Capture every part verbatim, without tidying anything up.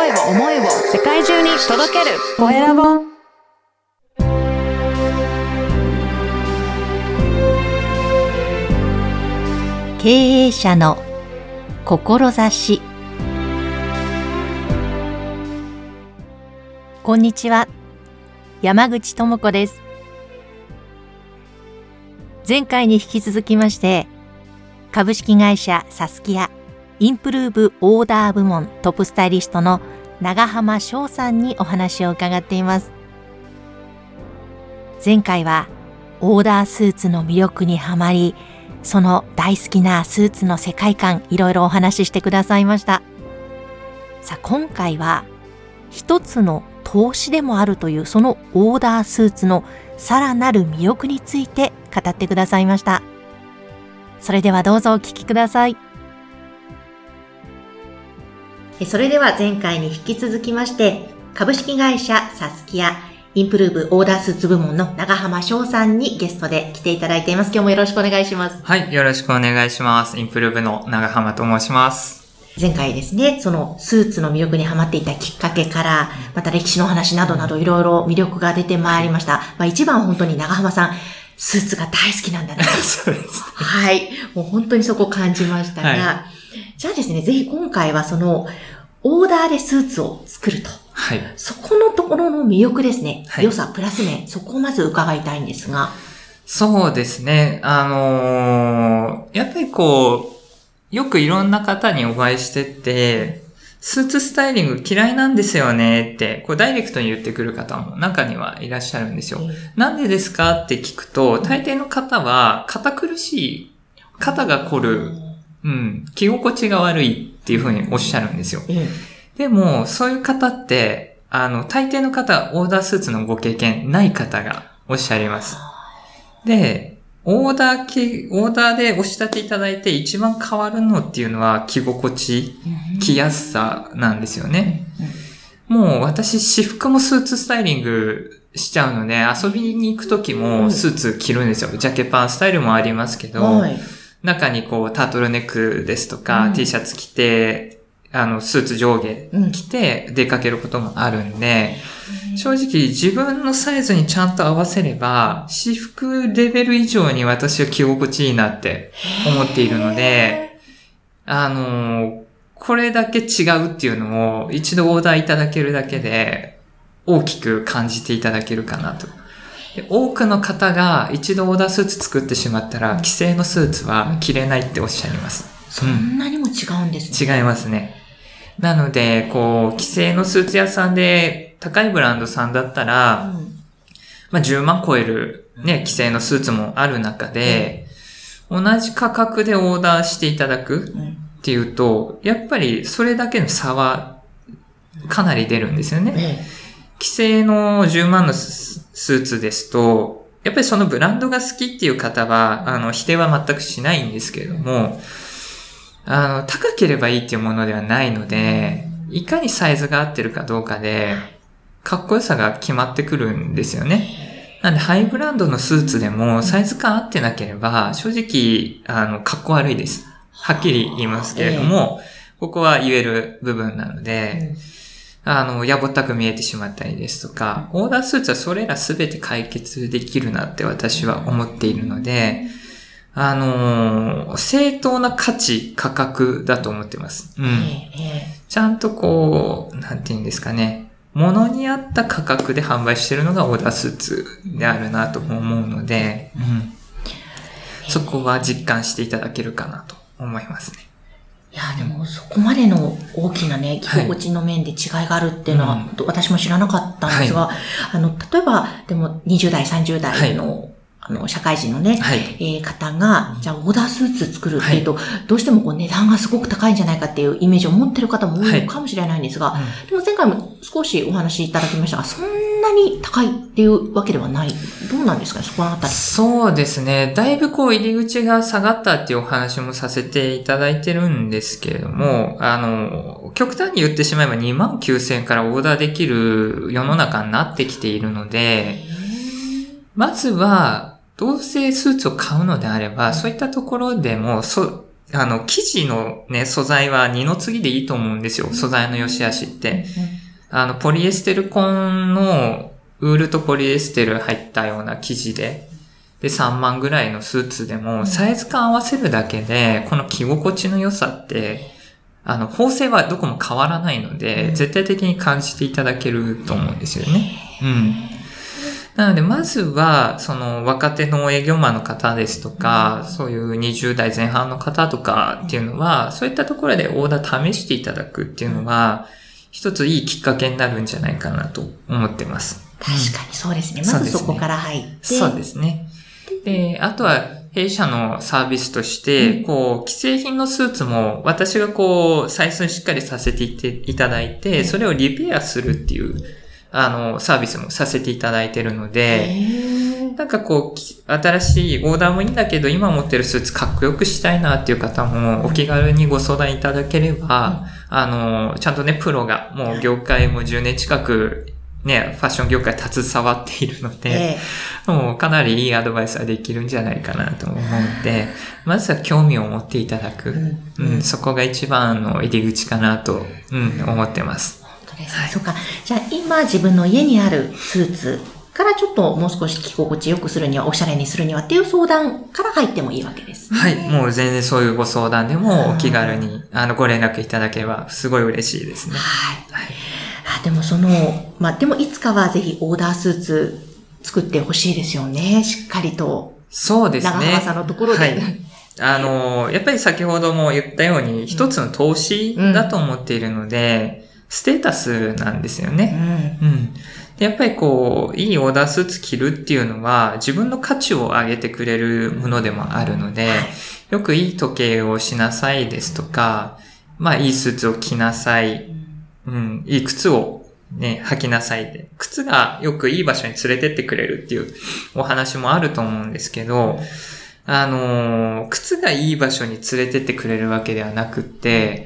声を思いを世界中に届けるコエラボ。 経営者の志。こんにちは、山口智子です。前回に引き続きまして株式会社サスキアインプルーブオーダー部門トップスタイリストの長浜翔さんにお話を伺っています。前回はオーダースーツの魅力にはまり、その大好きなスーツの世界観、いろいろお話ししてくださいました。さあ今回は一つの投資でもあるというそのオーダースーツのさらなる魅力について語ってくださいました。それではどうぞお聞きください。それでは前回に引き続きまして株式会社サスキアインプルーブオーダースーツ部門の長浜翔さんにゲストで来ていただいています。今日もよろしくお願いします。 はい、よろしくお願いします。インプルーブの長浜と申します。 前回ですね、そのスーツの魅力にハマっていたきっかけから、また歴史の話などなどいろいろ魅力が出てまいりました。まあ一番本当に長浜さん、スーツが大好きなんだな。 そうです、ね。 はい。もう本当にそこを感じましたが、はい、じゃあですね、ぜひ今回はその、オーダーでスーツを作ると。 はい。 そこのところの魅力ですね。 はい、 良さ、プラス面、そこをまず伺いたいんですが。 そうですね。あのー、やっぱりこう、よくいろんな方にお会いしてて、スーツスタイリング嫌いなんですよねって、こうダイレクトに言ってくる方も中にはいらっしゃるんですよ。うん、なんでですかって聞くと、大抵の方は堅苦しい、肩が凝る、うん、着心地が悪いっていうふうにおっしゃるんですよ。うん、でも、そういう方って、あの、大抵の方、オーダースーツのご経験ない方がおっしゃいます。で、オーダー系、オーダーでお仕立ていただいて一番変わるのっていうのは着心地、着やすさなんですよね。もう私、私服もスーツスタイリングしちゃうので、遊びに行くときもスーツ着るんですよ。ジャケパンスタイルもありますけど、はい、中にこうタートルネックですとか、うん、T シャツ着て、あの、スーツ上下着て出かけることもあるんで、うん、正直自分のサイズにちゃんと合わせれば、私服レベル以上に私は着心地いいなって思っているので、あの、これだけ違うっていうのを一度オーダーいただけるだけで大きく感じていただけるかなと。で、多くの方が一度オーダースーツ作ってしまったら、既製のスーツは着れないっておっしゃいます。 そんなにも違うんですね。違いますね。なので、こう、既製のスーツ屋さんで高いブランドさんだったら、うん、まあじゅうまん超えるね、既製のスーツもある中で、うん、同じ価格でオーダーしていただくっていうと、やっぱりそれだけの差はかなり出るんですよね。うん、既製のじゅうまんのスーツですと、やっぱりそのブランドが好きっていう方は、あの、否定は全くしないんですけれども、あの、高ければいいっていうものではないので、いかにサイズが合ってるかどうかで、かっこよさが決まってくるんですよね。なんで、ハイブランドのスーツでもサイズ感合ってなければ、正直、あの、かっこ悪いです。はっきり言いますけれども、ここは言える部分なので、あの、やぼったく見えてしまったりですとか、オーダースーツはそれらすべて解決できるなって私は思っているので、あのー、正当な価値、価格だと思ってます。うん。ちゃんとこう、なんて言うんですかね。物に合った価格で販売しているのがオーダースーツであるなと思うので、うん。そこは実感していただけるかなと思いますね。 いや、でもそこまでの大きなね、着心地の面で違いがあるっていうのは、はい、私も知らなかったんですが、はい、あの、例えば、でもにじゅう代、さんじゅう代の、はい、あの、社会人のね、はい、えー、方が、じゃあオーダースーツ作るっていうと、はい、どうしてもこう値段がすごく高いんじゃないかっていうイメージを持ってる方も多いのかもしれないんですが、はい、でも前回も少しお話しいただきましたが、そんなに高いっていうわけではない。どうなんですかね、そこのあたり。 そうですね。だいぶこう入り口が下がったっていうお話もさせていただいてるんですけれども、あの、極端に言ってしまえばにまんきゅうせんえんからオーダーできる世の中になってきているので、まずは、どうせスーツを買うのであれば、そういったところでも、そ、 あの、生地のね、素材は二の次でいいと思うんですよ。素材の良し悪しって。あの、ポリエステル混のウールとポリエステル入ったような生地で、で、さんまんぐらいのスーツでも、サイズ感合わせるだけで、この着心地の良さって、あの、縫製はどこも変わらないので、絶対的に感じていただけると思うんですよね。うん。なので、まずは、その、若手の営業マンの方ですとか、そういうにじゅう代前半の方とかっていうのは、そういったところでオーダー試していただくっていうのは、一ついいきっかけになるんじゃないかなと思ってます。 確かにそうですね。まずそこから入って。 そうですね。で、あとは、弊社のサービスとして、こう、既製品のスーツも、私がこう、採寸しっかりさせていただいて、それをリペアするっていう、あの、サービスもさせていただいているので、なんかこう、新しいオーダーもいいんだけど、今持ってるスーツかっこよくしたいなっていう方も、お気軽にご相談いただければ、あの、ちゃんとね、プロが、もう業界もじゅうねん近く、ね、ファッション業界携わっているので、えー、もうかなりいいアドバイスはできるんじゃないかなと思うので、まずは興味を持っていただく。うん、うん、そこが一番の入り口かなと、うん、思ってます。 本当ですね。はい、そうか。じゃあ今自分の家にあるスーツからちょっともう少し着心地良くするには、おしゃれにするにはっていう相談から入ってもいいわけですね。 はい。もう全然そういうご相談でもお気軽に、あの、ご連絡いただければすごい嬉しいですね。 はい。はいあでもその、まあ、でもいつかはぜひオーダースーツ作ってほしいですよね。しっかりと。 そうですね。 長浜さんのところで。はい。 あの、やっぱり先ほども言ったように、一つの投資だと思っているので、うん、ステータスなんですよね。うん。うん。でやっぱりこう、いいオーダースーツ着るっていうのは、自分の価値を上げてくれるものでもあるので、はい、よくいい時計をしなさいですとか、まあいいスーツを着なさい。うん、いい靴をね、履きなさいで。靴がよくいい場所に連れてってくれるっていうお話もあると思うんですけど、あのー、靴がいい場所に連れてってくれるわけではなくって、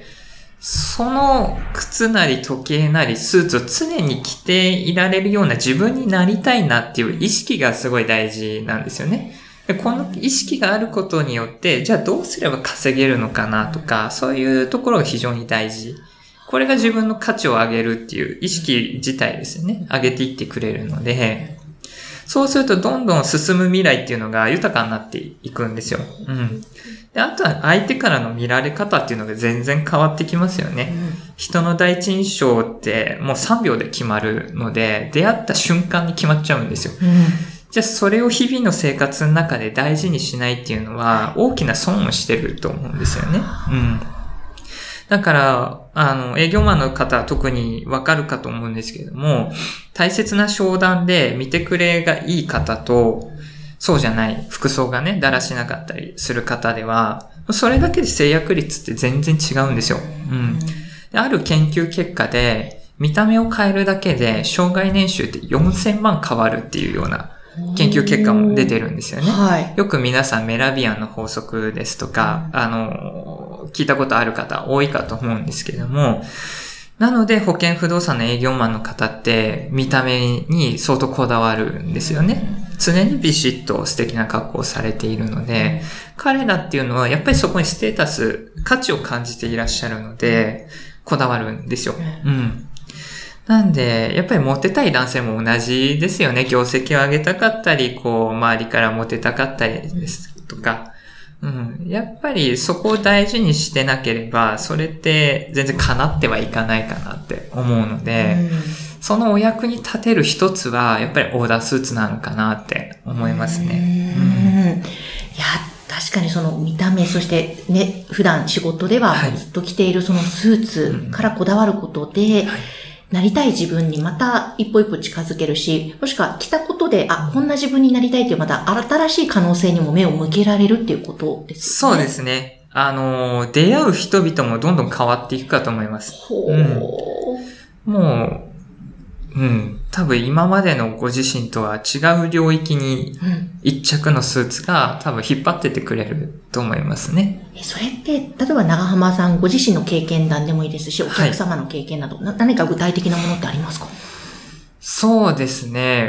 その靴なり時計なりスーツを常に着ていられるような自分になりたいなっていう意識がすごい大事なんですよね。でこの意識があることによって、じゃあどうすれば稼げるのかなとか、そういうところが非常に大事。これが自分の価値を上げるっていう意識自体ですよね。上げていってくれるので、そうするとどんどん進む未来っていうのが豊かになっていくんですよ。うん。で、あとは相手からの見られ方っていうのが全然変わってきますよね。うん、人の第一印象ってもうさんびょうで決まるので、出会った瞬間に決まっちゃうんですよ。うん、じゃあそれを日々の生活の中で大事にしないっていうのは大きな損をしてると思うんですよね。うん。だから、あの、営業マンの方は特にわかるかと思うんですけれども、大切な商談で見てくれがいい方と、そうじゃない、服装がね、だらしなかったりする方では、それだけで制約率って全然違うんですよ。うん。である研究結果で、見た目を変えるだけで、生涯年収ってよんせんまん変わるっていうような研究結果も出てるんですよね。はい、よく皆さんメラビアンの法則ですとか、あの、聞いたことある方多いかと思うんですけども、なので保険不動産の営業マンの方って見た目に相当こだわるんですよね。常にビシッと素敵な格好をされているので、彼らっていうのはやっぱりそこにステータス、価値を感じていらっしゃるので、こだわるんですよ。うん。なんで、やっぱりモテたい男性も同じですよね。業績を上げたかったり、こう、周りからモテたかったりですとか。うん。やっぱりそこを大事にしてなければ、それって全然叶ってはいかないかなって思うので、うん、そのお役に立てる一つは、やっぱりオーダースーツなのかなって思いますね。うん。 うん、いや、確かにその見た目、そしてね、普段仕事ではずっと着ているそのスーツからこだわることで、はいはいなりたい自分にまた一歩一歩近づけるし、もしくは来たことで、あ、こんな自分になりたいというまた新しい可能性にも目を向けられるっていうことですね。 そうですね。あの、出会う人々もどんどん変わっていくかと思います。ほう。うん、もう、うん。多分今までのご自身とは違う領域に一着のスーツが多分引っ張っててくれると思いますね。 それって、例えば長浜さんご自身の経験談でもいいですし、お客様の経験など、はい、何か具体的なものってありますか？ そうですね。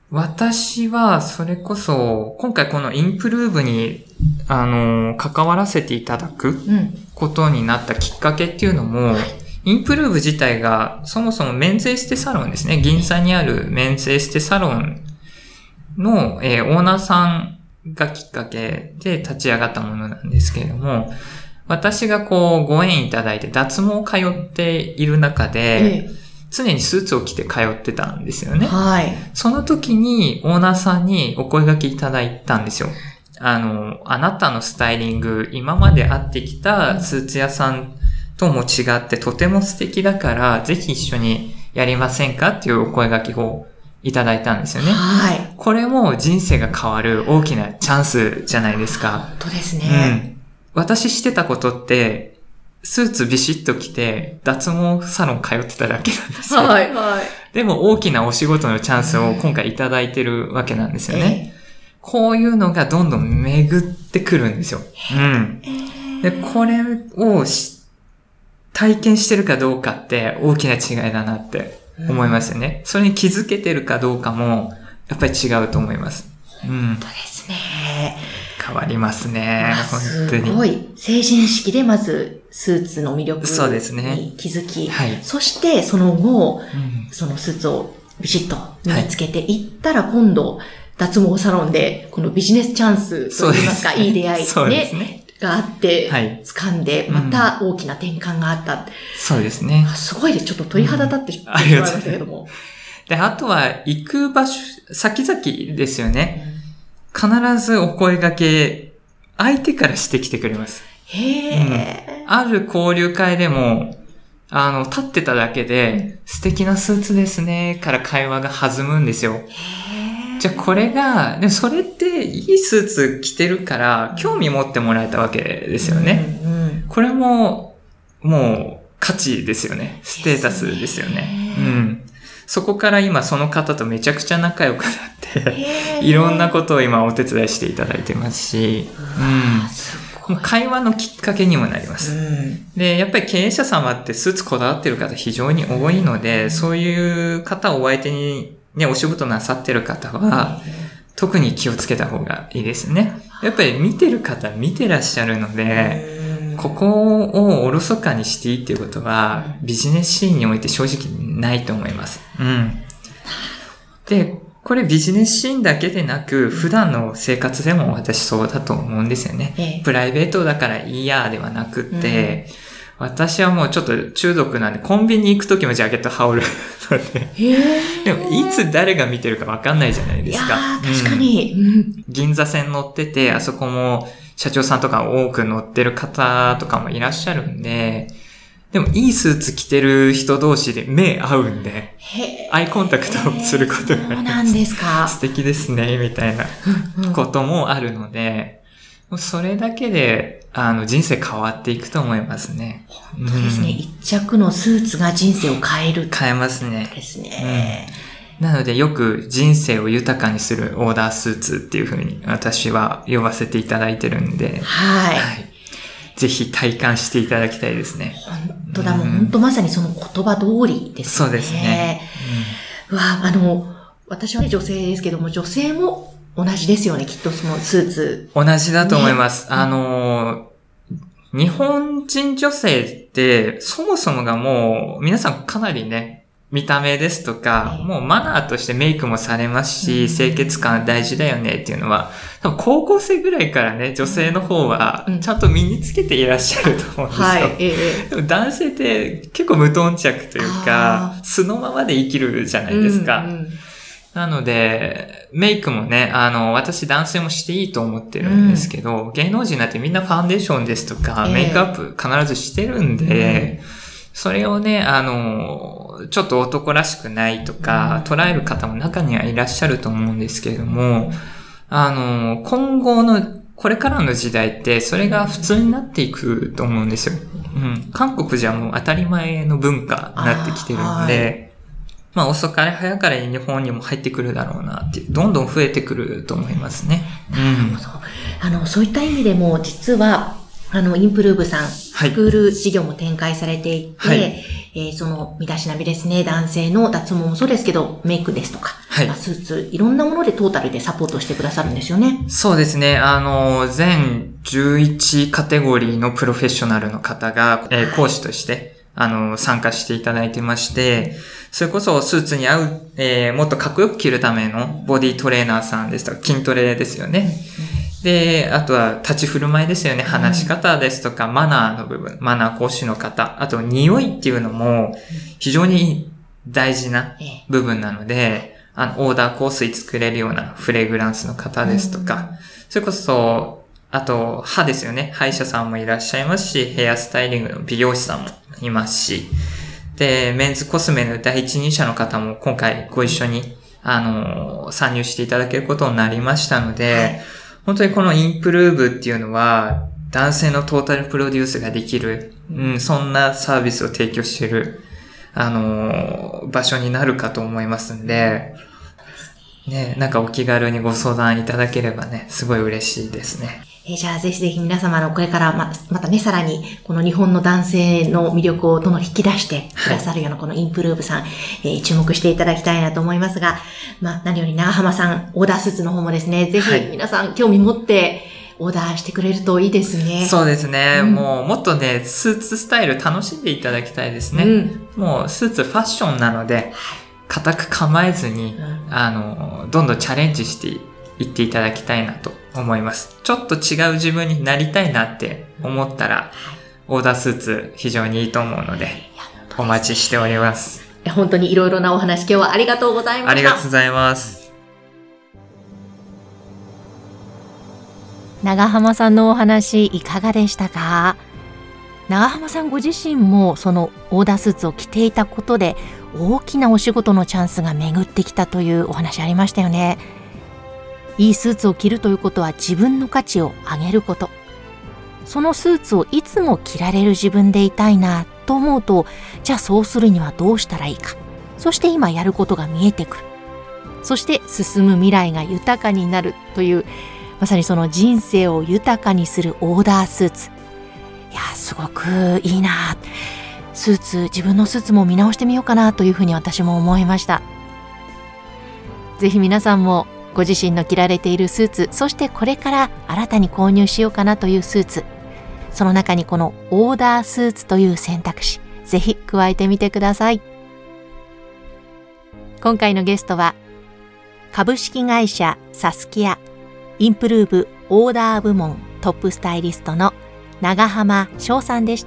私は、それこそ、今回このインプルーブに、あの、関わらせていただくことになったきっかけっていうのも、うん、インプルーブ自体が、そもそもメンズエステサロンですね。銀座にあるメンズエステサロンの、えー、オーナーさんがきっかけで立ち上がったものなんですけれども、私がこう、ご縁いただいて脱毛通っている中で、ええ、常にスーツを着て通ってたんですよね。 はい。 その時にオーナーさんにお声掛けいただいたんですよ。あの、あなたのスタイリング、今まで会ってきたスーツ屋さんとも違ってとても素敵だから、ぜひ一緒にやりませんかっていうお声掛けをいただいたんですよね。 はい。 これも人生が変わる大きなチャンスじゃないですか。 本当ですね。 うん。私してたことって、スーツビシッと着て脱毛サロン通ってただけなんですよ。 はいはい。 でも大きなお仕事のチャンスを今回いただいてるわけなんですよね。えー、こういうのがどんどん巡ってくるんですよ。うん。えー、で、これを体験してるかどうかって大きな違いだなって思いますよね。うん、それに気づけてるかどうかもやっぱり違うと思います。うん。 本当ですね。 変わりますね。本当に。 すごい。成人式でまずスーツの魅力そうですねに気づき、 はい、 そしてその後、 うん、 そのスーツをビシッと身につけていったら、はい、今度脱毛サロンでこのビジネスチャンスといいますか、いい出会い、ねそうですね、 があって、はい、掴んでまた大きな転換があった。うん、 そうですね。 すごいです。ちょっと鳥肌立ってしまいましたけども。 で、あとは行く場所、先々ですよね。うん、必ずお声掛け、相手からしてきてくれます。 へー、 うん。ある交流会でも、あの、立ってただけで、うん、素敵なスーツですね、から会話が弾むんですよ。 へー。 じゃあこれが、でもそれっていいスーツ着てるから、興味持ってもらえたわけですよね。 うんうん、 これも、もう、価値ですよね。ステータスですよね。うん。そこから今その方とめちゃくちゃ仲良くなって、いろんなことを今お手伝いしていただいてますし、うん、もう会話のきっかけにもなります、うん。で、やっぱり経営者様ってスーツこだわってる方非常に多いので、そういう方をお相手にね、お仕事なさってる方は、特に気をつけた方がいいですね。やっぱり見てる方見てらっしゃるので、ここをおろそかにしていいっていうことは、ビジネスシーンにおいて正直ないと思います。うん。で、これビジネスシーンだけでなく、普段の生活でも私そうだと思うんですよね。 ええ、 プライベートだからいいやではなくって、うん、私はもうちょっと中毒なんで、コンビニ行くときもジャケット羽織るので。でも、いつ誰が見てるかわかんないじゃないですか。 いやー、確かに、 うん。銀座線乗ってて、あそこも、社長さんとか多く乗ってる方とかもいらっしゃるんで、でもいいスーツ着てる人同士で目合うんで、アイコンタクトをすることがあります。 そうなんですか。 素敵ですね、みたいなこともあるので、それだけで、あの、人生変わっていくと思いますね。 本当ですね。うん、一着のスーツが人生を変える。 変えますね。 ですね。 うんなのでよく人生を豊かにするオーダースーツっていう風に私は呼ばせていただいてるんで、 はい。はい、 ぜひ体感していただきたいですね。 本当だ、うん、もう本当まさにその言葉通りですね。 そうですね。 うん、うわ、あの、私は女性ですけども、女性も同じですよね、きっとそのスーツ。 同じだと思います。ね、あの、日本人女性ってそもそもがもう皆さんかなりね、見た目ですとか、もうマナーとしてメイクもされますし、清潔感大事だよねっていうのは、多分高校生ぐらいからね、女性の方はちゃんと身につけていらっしゃると思うんですよ。はいええ、でも男性って結構無頓着というか、素のままで生きるじゃないですか。うんうん、なので、メイクもね、あの、私男性もしていいと思ってるんですけど、うん、芸能人なんてみんなファンデーションですとか、え、メイクアップ必ずしてるんで、うんそれをね、あの、ちょっと男らしくないとか、捉える方も中にはいらっしゃると思うんですけれども、あの、今後の、これからの時代って、それが普通になっていくと思うんですよ。うん。韓国じゃもう当たり前の文化になってきてるんで、まあ遅かれ早かれ日本にも入ってくるだろうなっていう、どんどん増えてくると思いますね。 なるほど。あの、そういった意味でも、実は、 あの、インプルーブさん、 はい、 スクール事業も展開されていて、はい、えー、その、身だしなみですね、男性の脱毛もそうですけど、メイクですとか、はい、スーツ、いろんなものでトータルでサポートしてくださるんですよね。 そうですね。あの、全じゅういちカテゴリーのプロフェッショナルの方が、えー、講師として、あの、参加していただいてまして、それこそスーツに合う、えー、もっとかっこよく着るためのボディトレーナーさんですとか、筋トレですよね。で、あとは立ち振る舞いですよね。話し方ですとか、マナーの部分、マナー講師の方、あと匂いっていうのも非常に大事な部分なので、あの、オーダー香水作れるようなフレグランスの方ですとか、それこそ、あと、歯ですよね。歯医者さんもいらっしゃいますし、ヘアスタイリングの美容師さんもいますし、で、メンズコスメの第一人者の方も今回ご一緒に、あの、参入していただけることになりましたので、はい、本当にこのインプルーブっていうのは、男性のトータルプロデュースができる、うん、そんなサービスを提供している、あの、場所になるかと思いますんで、ね、なんかお気軽にご相談いただければね、すごい嬉しいですね。 えー、じゃあぜひぜひ皆様のこれからま、またね、さらにこの日本の男性の魅力をどんどん引き出してくださるようなこのインプルーブさん、はい、えー、注目していただきたいなと思いますが、まあ何より長浜さん、オーダースーツの方もですね、ぜひ皆さん興味持ってオーダーしてくれるといいですね。 そうですね。うん、もうもっとね、スーツスタイル楽しんでいただきたいですね。うん、もうスーツファッションなので、固く構えずに、うん、あの、どんどんチャレンジしていっていただきたいなと思います。ちょっと違う自分になりたいなって思ったら、うん、オーダースーツ非常にいいと思うので、お待ちしております。 本当にいろいろなお話、今日はありがとうございました。 ありがとうございます。 長浜さんのお話いかがでしたか？長浜さんご自身もそのオーダースーツを着ていたことで大きなお仕事のチャンスが巡ってきたというお話ありましたよね。いいスーツを着るということは自分の価値を上げること。そのスーツをいつも着られる自分でいたいなと思うと、じゃあそうするにはどうしたらいいか。そして今やることが見えてくる。そして進む未来が豊かになるという、まさにその人生を豊かにするオーダースーツ。いや、すごくいいな。スーツ、自分のスーツも見直してみようかなというふうに私も思いました。ぜひ皆さんもご自身の着られているスーツ、そしてこれから新たに購入しようかなというスーツ、その中にこのオーダースーツという選択肢、ぜひ加えてみてください。今回のゲストは株式会社サスキアインプルーブオーダー部門トップスタイリストの長浜翔さんでした。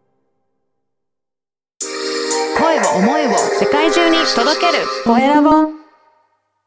声を思いを世界中に届けるコエラボ。